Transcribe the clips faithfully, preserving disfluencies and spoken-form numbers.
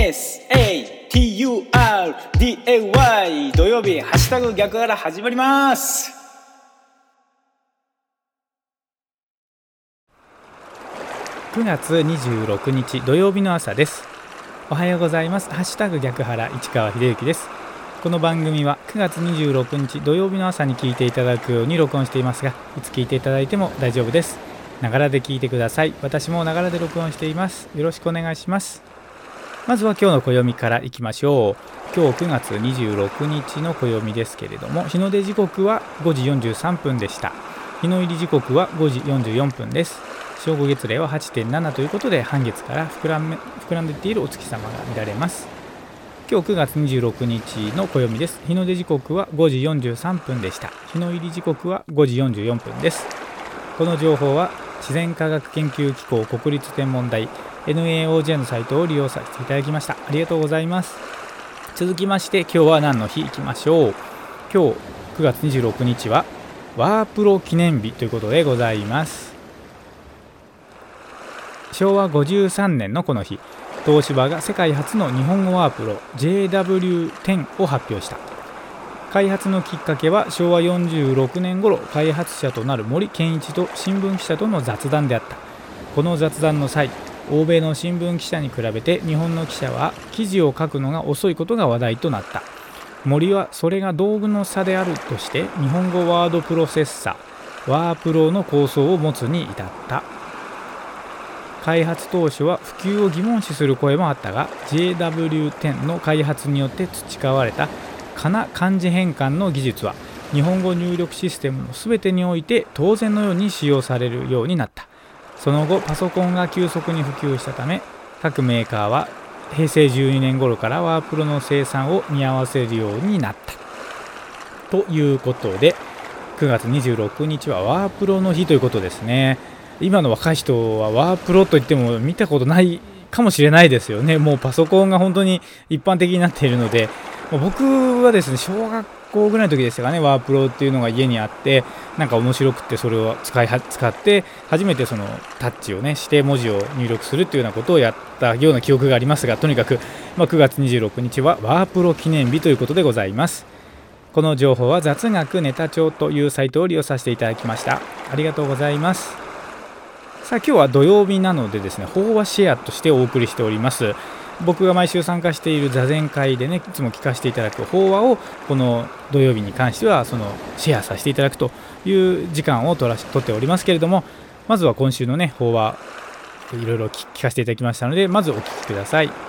エスエーティーユーアールディーエーワイ 土曜日ハッシュタグ逆から始まります。 くがつにじゅうろくにち土曜日の朝です。おはようございます。ハッシュタグ逆原市川秀幸です。この番組はくがつにじゅうろくにち土曜日の朝に聞いていただくように録音していますが、いつ聞いていただいても大丈夫です。ながらで聞いてください。私もながらで録音しています。よろしくお願いします。まずは今日の暦からいきましょう。今日くがつにじゅうろくにちの暦ですけれども、日の出時刻はごじよんじゅうさんぷんでした。日の入り時刻はごじよんじゅうよんぷんです。正午月齢は はちてんなな ということで、半月から膨らん膨らんでいっているお月様が見られます。今日くがつにじゅうろくにちの暦です。日の出時刻はごじよんじゅうさんぷんでした。日の入り時刻はごじよんじゅうよんぷんです。この情報は自然科学研究機構国立天文台 エヌエーオージェー のサイトを利用させていただきました。ありがとうございます。続きまして今日は何の日いきましょう。今日くがつにじゅうろくにちはワープロ記念日ということでございます。しょうわごじゅうさんねんのこの日、東芝が世界初の日本語ワープロ ジェイダブリューテン を発表した。開発のきっかけはしょうわよんじゅうろくねん頃、開発者となる森健一と新聞記者との雑談であった。この雑談の際、欧米の新聞記者に比べて日本の記者は記事を書くのが遅いことが話題となった。森はそれが道具の差であるとして日本語ワードプロセッサーワープロの構想を持つに至った。開発当初は普及を疑問視する声もあったが、 ジェイダブリューテン の開発によって培われたかな漢字変換の技術は日本語入力システムのすべてにおいて当然のように使用されるようになった。その後パソコンが急速に普及したため、各メーカーはへいせいじゅうにねん頃からワープロの生産を見合わせるようになったということで、くがつにじゅうろくにちはワープロの日ということですね。今の若い人はワープロといっても見たことないかもしれないですよね。もうパソコンが本当に一般的になっているので、僕はですね、小学校ぐらいの時でしたかね、ワープロっていうのが家にあって、なんか面白くてそれを使いは使って初めてそのタッチをねして文字を入力するっていうようなことをやったような記憶がありますが、とにかく、まあ、くがつにじゅうろくにちはワープロ記念日ということでございます。この情報は雑学ネタ帳というサイトを利用させていただきました。ありがとうございます。さあ今日は土曜日なのでですね、法話シェアとしてお送りしております。僕が毎週参加している座禅会でね、いつも聞かせていただく法話をこの土曜日に関してはそのシェアさせていただくという時間を取らし取っておりますけれども、まずは今週のね法話いろいろ聞かせていただきましたので、まずお聞きください。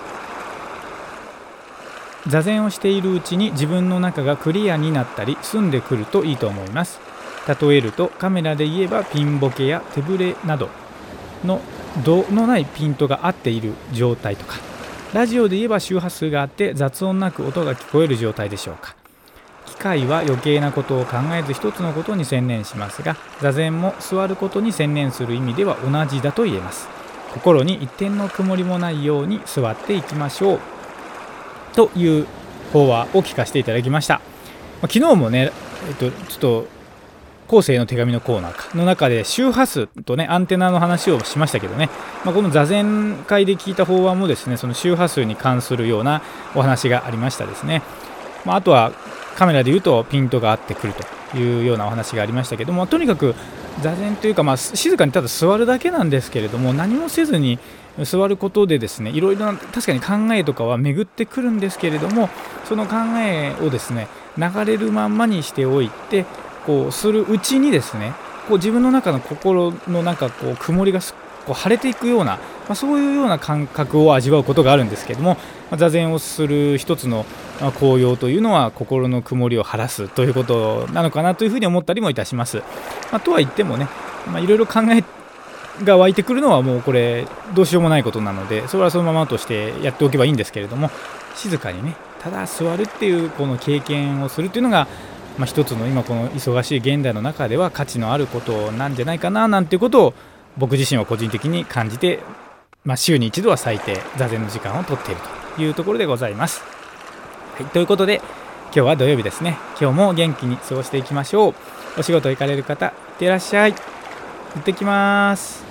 座禅をしているうちに自分の中がクリアになったり澄んでくるといいと思います。例えるとカメラで言えばピンボケや手ぶれなどの度のないピントが合っている状態とか、ラジオで言えば周波数があって雑音なく音が聞こえる状態でしょうか。機械は余計なことを考えず一つのことに専念しますが、座禅も座ることに専念する意味では同じだと言えます。心に一点の曇りもないように座っていきましょうという法話を聞かせていただきました。昨日もね、えっと、ちょっと後世の手紙のコーナーの中で周波数とねアンテナの話をしましたけどね、まあ、この座禅会で聞いた法話もですね、その周波数に関するようなお話がありましたですね。まあ、あとはカメラで言うとピントが合ってくるというようなお話がありましたけども、とにかく座禅というか、まあ静かにただ座るだけなんですけれども、何もせずに座ることでですね、いろいろな確かに考えとかは巡ってくるんですけれども、その考えをですね流れるまんまにしておいてこうするうちにですね、こう自分の中の心のなんかこう曇りがこう晴れていくような、まあ、そういうような感覚を味わうことがあるんですけども、まあ、座禅をする一つの効用というのは心の曇りを晴らすということなのかなというふうに思ったりもいたします。まあ、とは言ってもね、まあ、いろいろ考えが湧いてくるのはもうこれどうしようもないことなので、それはそのままとしてやっておけばいいんですけれども、静かにねただ座るっていうこの経験をするっていうのが、まあ、一つの今この忙しい現代の中では価値のあることなんじゃないかななんていうことを僕自身は個人的に感じて、まあ、週に一度は最低座禅の時間をとっているというところでございます。はい、ということで今日は土曜日ですね。今日も元気に過ごしていきましょう。お仕事行かれる方いってらっしゃい。行ってきます。